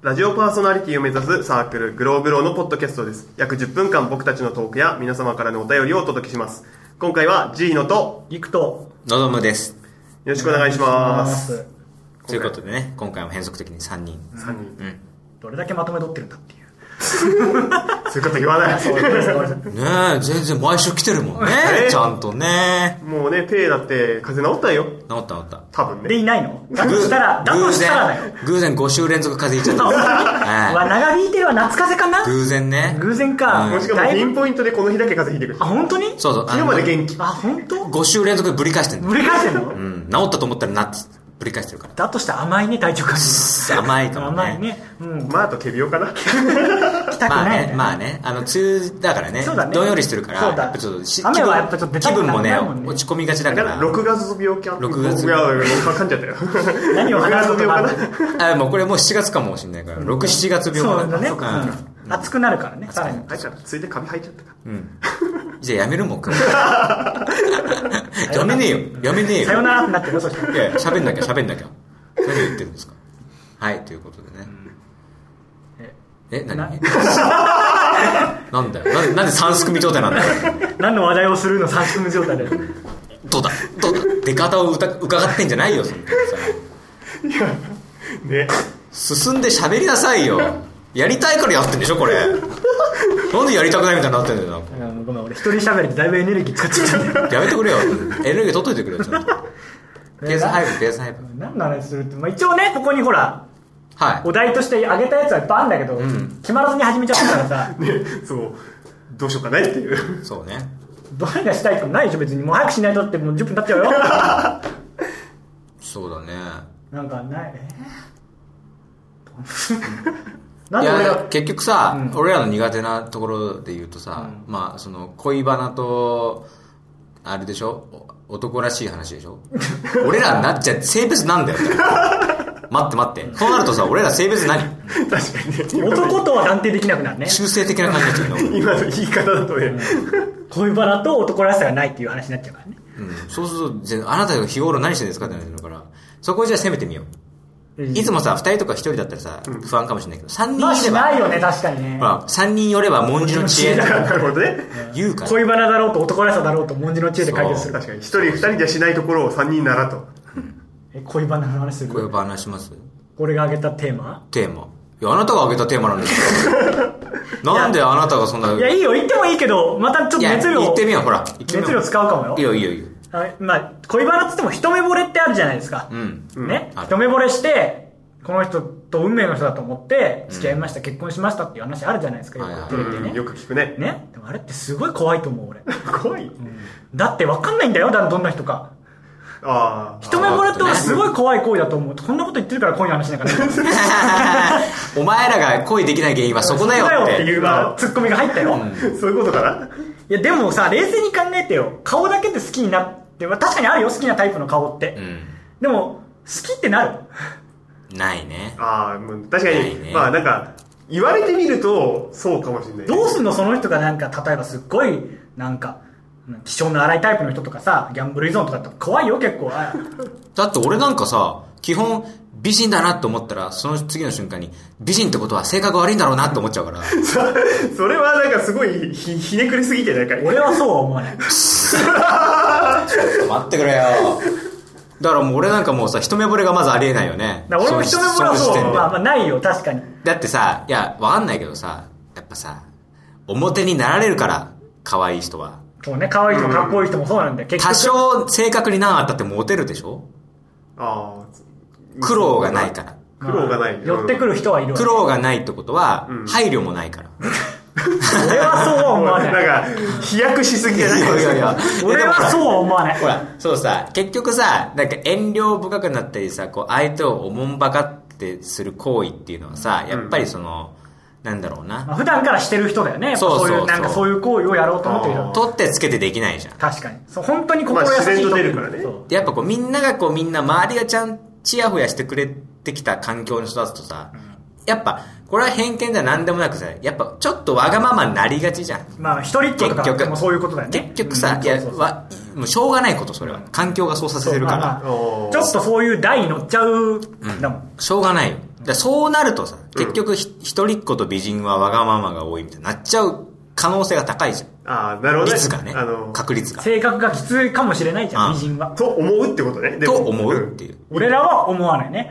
ラジオパーソナリティを目指すサークルグローグローのポッドキャストです。約10分間僕たちのトークや皆様からのお便りをお届けします。今回はジーノとリクとのぞむです。 よろしくお願いします。 ということでね、今回も変則的に3人、 どれだけまとめ取ってるんだっていうそういうこと言わない。 ねえ、全然毎週来てるもんね、ちゃんとね。 もうね、ペイだって風邪治ったよ。 治った多分ね。 でいないの？だとしたらだよ。 偶然5週連続風邪ひいちゃった。 長引いてるは夏風邪かな。 偶然ね。 偶然か。 もしかもピンポイントでこの日だけ風邪ひいてくる。 あ、本当に？ そう。 昨日まで元気。 あ、本当 ？5週連続でぶり返してんの。 ぶり返してんの？ うん。治ったと思ったらぶり返してるから。 だとしたら甘いね、体調管理。 甘いかもね。 甘いね。 まああと仮病かな。 来たくない。 まあね、梅雨だからね、どんよりしてるから、やっぱちょっと雨はやっぱちょっと気分もね、落ち込みがちだから。 6月病気 6月いや、もう噛んじゃったよ。 何を話すことかな。もうこれもう7月かもしれないから、6、7月病かな。そうだね。暑くなるからね、さらに。 ついでカビ生えちゃったから。 じゃあやめるもん、やめねえよ。 さよならってなってるよ、そしたら。 いや、喋んなきゃ。何言ってるんですか。はい、ということでね。何なんだよ。なんで三すくみ状態なんだよ。 何の話題をするの三すくみ状態で。 どうだ出方を伺ってんじゃないよ、そんなさ。 いや、ね。 進んで喋りなさいよ。やりたいからやってんでしょ、これ。なんでやりたくないみたいになってんだよな。 ごめん、俺一人喋りでだいぶエネルギー使っちゃった。 やめてくれよ。エネルギー取っといてくれよ、ちゃんと。ペース配分。 何の話するって、一応ね、ここにほら、お題としてあげたやつはいっぱいあるんだけど、決まらずに始めちゃったからさ。 ね、そう、どうしようかないっていう。 そうね。 どれがしたいかないでしょ、別に。もう早くしないとってもう10分経っちゃうよ。 そうだね。 なんかない、 いや結局さ、俺らの苦手なところで言うとさ、まあその恋バナとあれでしょ、男らしい話でしょ。俺らじゃあ性別なんだよ。待って。そうなるとさ、俺ら性別何？ 確かにね。 男とは断定できなくなるね。 中性的な感じになっちゃうの。 今の言い方だとね、 恋バナと男らしさがないっていう話になっちゃうからね。 そうすると、あなたが日頃何してるんですかってなるから、そこをじゃあ攻めてみよう。いつもさ、2人とか1人だったらさ、不安かもしれないけど、3人いれば。 しないよね、確かにね。 3人寄れば文字の知恵だから。 なるほどね。 言うから。 恋バナだろうと男らしさだろうと文字の知恵で解決する。 確かに。1人2人じゃしないところを3人ならと。 恋バナの話する。 恋バナします？ 俺が挙げたテーマ。 いや、あなたが挙げたテーマなんですよ。なんであなたがそんな。 いや、いいよ、言ってもいいけど、またちょっと熱量。 言ってみよう、ほら。 熱量使うかもよ。 いいよ。 まあ、恋バナっつっても一目惚れってあるじゃないですか。ね。一目惚れして、この人と運命の人だと思って、付き合いました、結婚しましたっていう話あるじゃないですか、よくテレビでね。 よく聞くね。 ね。でもあれってすごい怖いと思う、俺。 怖い？ だって分かんないんだよ、どんな人か。一目惚れって俺すごい怖い行為だと思う。こんなこと言ってるから恋の話なんかね。 お前らが恋できない原因はそこだよっていうツッコミが入ったよ。 そういうことかな。 いやでもさ、冷静に考えてよ。顔だけで好きになって、確かにあるよ、好きなタイプの顔って。でも好きってなる？ ないね。 確かに、まあなんか言われてみるとそうかもしれない。 どうすんの、その人がなんか例えばすっごいなんか気性の荒いタイプの人とかさ、ギャンブル依存とかって怖いよ、結構。 だって俺なんかさ、基本美人だなって思ったら、その次の瞬間に美人ってことは性格悪いんだろうなって思っちゃうから。 それはなんかすごいひねくりすぎてないかい。 俺はそうは思わない。ちょっと待ってくれよ。だからもう俺なんかもうさ、一目惚れがまずありえないよね。 俺も一目惚れはそう、まあないよ、確かに。 だってさ、いやわかんないけどさ、やっぱさ、表になられるから可愛い人は。 そうね、可愛い人もかっこいい人もそうなんだよ。 多少正確になかったってモテるでしょ。苦労がないから。 苦労がない。 寄ってくる人はいるわ。 苦労がないってことは、配慮もないから。 俺はそうは思わない。 なんか飛躍しすぎじゃない。 いや俺はそうは思わない。 ほら、そうさ、結局さ、なんか遠慮深くなったりさ、こう相手をおもんばかってする行為っていうのはさ、やっぱりその、なんだろうな。 普段からしてる人だよね。そういうなんかそういう行為をやろうと思ってる人。 取ってつけてできないじゃん。 確かに。そう、本当に心優しい人。 自然と出るからね。 やっぱこうみんながこうみんな周りがちゃんちやほやしてくれてきた環境に育つとさ、やっぱこれは偏見じゃ何でもなくさ、やっぱちょっとわがままになりがちじゃん。 まあ一人っ子とかもそういうことだよね。 結局さ、いやもうしょうがないこと、それは環境がそうさせてるから、 ちょっとそういう台に乗っちゃうだもん。 しょうがないよ。 でそうなるとさ、結局一人っ子と美人はわがままが多いみたいになっちゃう可能性が高いじゃん。 なるほどね。 率がね、確率が。 性格がきついかもしれないじゃん、美人は。 と思うってことね。 と思うっていう。 俺らは思わないね。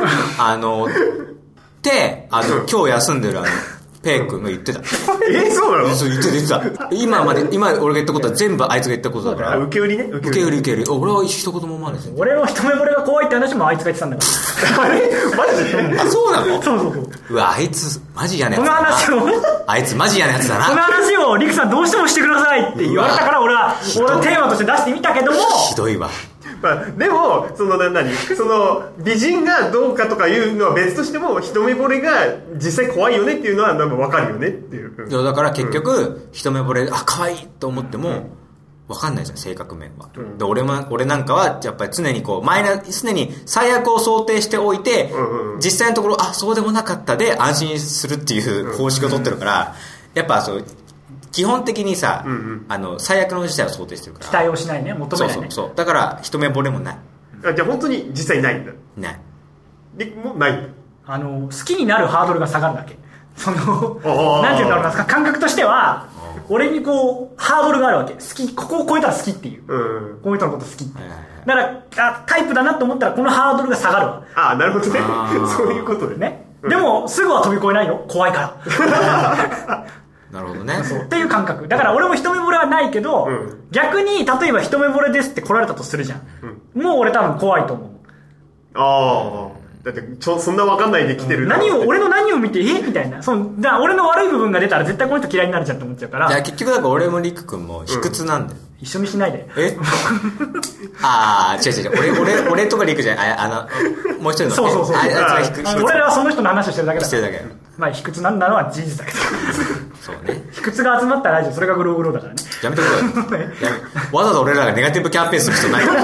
で、今日休んでるペイ君が言ってた。 そうなの？ そう言ってた。今俺が言ったことは全部あいつが言ったことだから。 受け売りね。 受け売り。俺は一言も思わないですよ。 俺の一目惚れが怖いって話もあいつが言ってたんだから。 あれマジで？ そうなの？ そう。 うわ、あいつマジ嫌なやつだな。 この話をあいつマジ嫌なやつだな。 この話をリクさんどうしてもしてくださいって言われたから俺はテーマとして出してみたけども。 ひどいわ。 でもその美人がどうかとかいうのは別としても、一目惚れが実際怖いよねっていうのは分かるよねっていう。 だから結局、一目惚れ可愛いと思っても分かんないじゃん、性格面は。で俺なんかはやっぱり常に常に最悪を想定しておいて、実際のところそうでもなかったで安心するっていう方式を取ってるから、やっぱ基本的にさ、最悪の事態を想定してるから。 期待をしないね、求めないね。 そう。だから、一目惚れもない。 じゃあ本当に実際ないんだ。 ない。 もうない。 好きになるハードルが下がるだけ。なんていうんだろうな、感覚としては、俺にハードルがあるわけ。ここを超えたら好きっていう。こういう人のこと好きって。だから、タイプだなと思ったら、このハードルが下がるわ。 なるほどね。そういうことでね。でも、すぐは飛び越えないよ。怖いから。 なるほどね。 っていう感覚。だから俺も一目惚れはないけど、逆に例えば一目惚れですって来られたとするじゃん。もう俺多分怖いと思う。 だってそんな分かんないで来てる。 俺の何を見てみたいな。俺の悪い部分が出たら絶対この人嫌いになるじゃんって思っちゃうから。 結局だから俺もリク君も卑屈なんだよ。 一緒にしないで。 違う。俺とかリクじゃない。もう一人の。 そう。俺らはその人の話をしてるだけだ。 してるだけ。 まあ卑屈なんだのは事実だけど。 そうね。 卑屈が集まったラジオ、それがグローグローだからね。 やめてくれよ。わざわざ俺らがネガティブキャンペーンする必要ないから。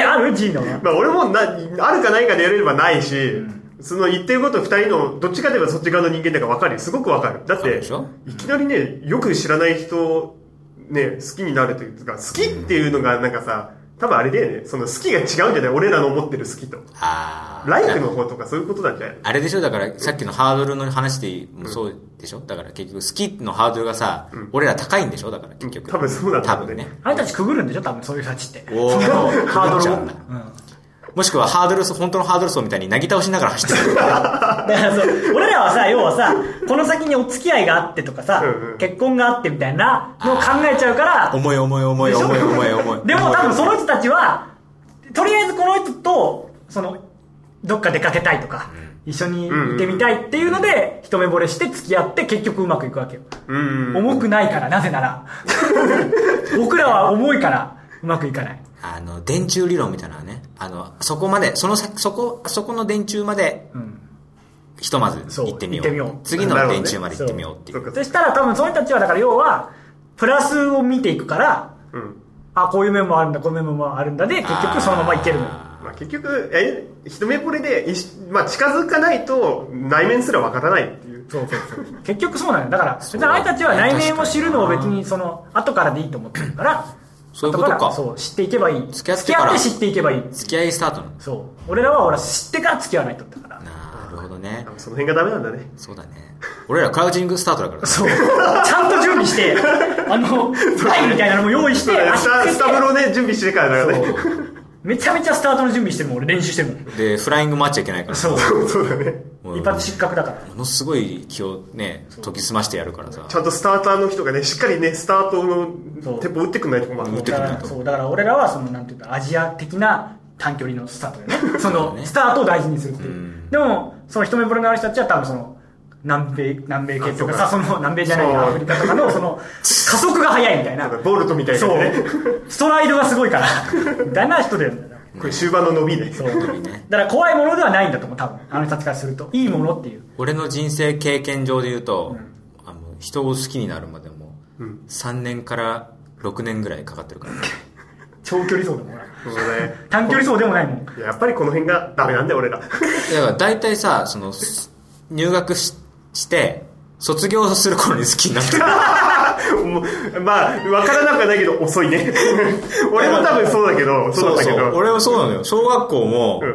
あるGのは。 俺もあるかないかでやれればないし、言ってること二人のどっちかといえばそっち側の人間だから分かるよ。すごく分かる。だっていきなりね、よく知らない人ね、好きになるというか、好きっていうのがなんかさ、多分あれだよね、好きが違うんじゃない？俺らの思ってる好きと。ライクの方とかそういうことなんじゃない？ あれでしょ、だからさっきのハードルの話でもそうでしょ、だから結局好きのハードルがさ、俺ら高いんでしょ、だから結局。 多分そうなんだろうね。 あれたちくぐるんでしょ、多分そういう人たちって。 ハードルを。もしくは本当のハードル走みたいになぎ倒しながら走ってる。だから俺らはさ、要はさ、この先にお付き合いがあってとかさ、結婚があってみたいなのを考えちゃうから。 重い。 でも多分その人たちは、とりあえずこの人と、どっか出かけたいとか、一緒にいてみたいっていうので、一目惚れして付き合って結局うまくいくわけよ。重くないから、なぜなら。僕らは重いからうまくいかない。 電柱理論みたいなのはね、そこまで、そこの電柱まで、ひとまず行ってみよう。次の電柱まで行ってみようっていう。 そしたら多分その人たちはだから要は、プラスを見ていくから、こういう面もあるんだ、こういう面もあるんだで、結局そのままいけるの。 結局、一目惚れで、近づかないと内面すらわからないっていう。 そう。結局そうなのよ。だから、別にあいたちは内面を知るのを別に後からでいいと思ってるから、 そういうことか。 知っていけばいい。付き合って知っていけばいい。 付き合いスタートの。 そう。俺らは知ってから付き合わないとだから。 なるほどね。 その辺がダメなんだね。 そうだね。俺らクラウチングスタートだから。 そう。ちゃんと準備して、台みたいなのも用意して、 スタブロね、準備してからだからね。 めちゃめちゃスタートの準備してるもん、俺練習してるもん。 で、フライング待っちゃいけないから。 そうだね。 一発失格だから。 ものすごい気をね、研ぎ澄ましてやるからさ。 ちゃんとスターターの人がね、しっかりね、スタートの鉄砲打ってくんないとこもある。 打ってくんないと。 そう、だから俺らはなんていうか、アジア的な短距離のスタートでね。スタートを大事にするっていう。でも、一目惚れのある人たちは多分南米系とかさ、南米じゃないアフリカとかの加速が速いみたいな。 ボルトみたいなね。 ストライドがすごいから、みたいな人で。 これ終盤の伸びね。 そう。だから怖いものではないんだと思う、多分。あの人たちからすると。いいものっていう。 俺の人生経験上で言うと、人を好きになるまでも、3年から6年ぐらいかかってるから。 長距離走だもんな。短距離走でもないもん。 やっぱりこの辺がダメなんだよ、俺ら。 だから大体さ、入学して卒業する頃に好きになってる。 まあ分からなくはないけど遅いね。俺も多分そうだけど、 俺もそうなのよ。小学校も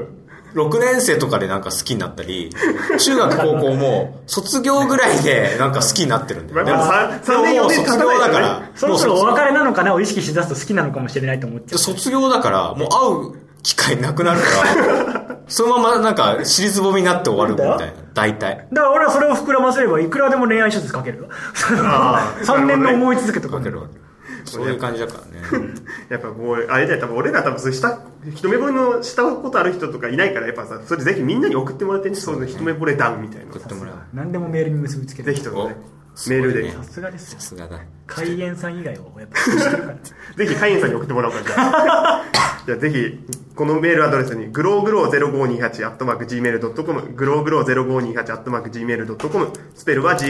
6年生とかでなんか好きになったり、中学高校も卒業ぐらいでなんか好きになってるんだよ。でも 3年4年卒業だから、 そろそろお別れなのかなを意識しだすと好きなのかもしれないと思っちゃう。 卒業だからもう会う機会なくなるからそのままなんか尻つぼみになって終わるみたいな。大体だから俺はそれを膨らませればいくらでも恋愛小説書けるよ3年の思い続けとか書けるわけ。そういう感じだからねやっぱもうあれだよ、多分俺ら多分そう一目惚れのしたことある人とかいないから、やっぱさ、それぜひみんなに送ってもらってね、そういう一目惚れ談みたいな送ってもらう。 何でもメールに結びつける。 ぜひともね、メールで。 さすがですよ。 さすがだ。 海援さん以外はやっぱ知ってるからぜひ海援さんに送ってもらおうか。じゃあぜひこのメールアドレスにグローグロー0528@gmail.com、グローグロー0528@gmail.com、スペルは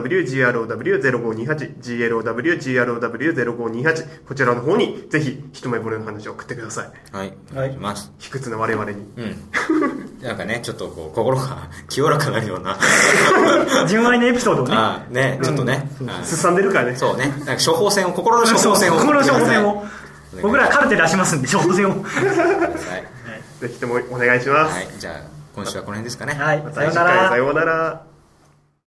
GLOWGROW0528、GLOWGROW0528、こちらの方にぜひ一目惚れの話を送ってください。 はい、お願いします。 卑屈な我々に。 なんかね、ちょっとこう心が清らかなるような純愛のエピソードをね、ちょっとね、 すさんでるからね。 そうね、なんか処方箋を、心の処方箋を、 心の処方箋を僕らカルテ出しますんで、処方箋をぜひともお願いします。 はい、じゃあ今週はこの辺ですかね。 はい、 さようなら。さようなら。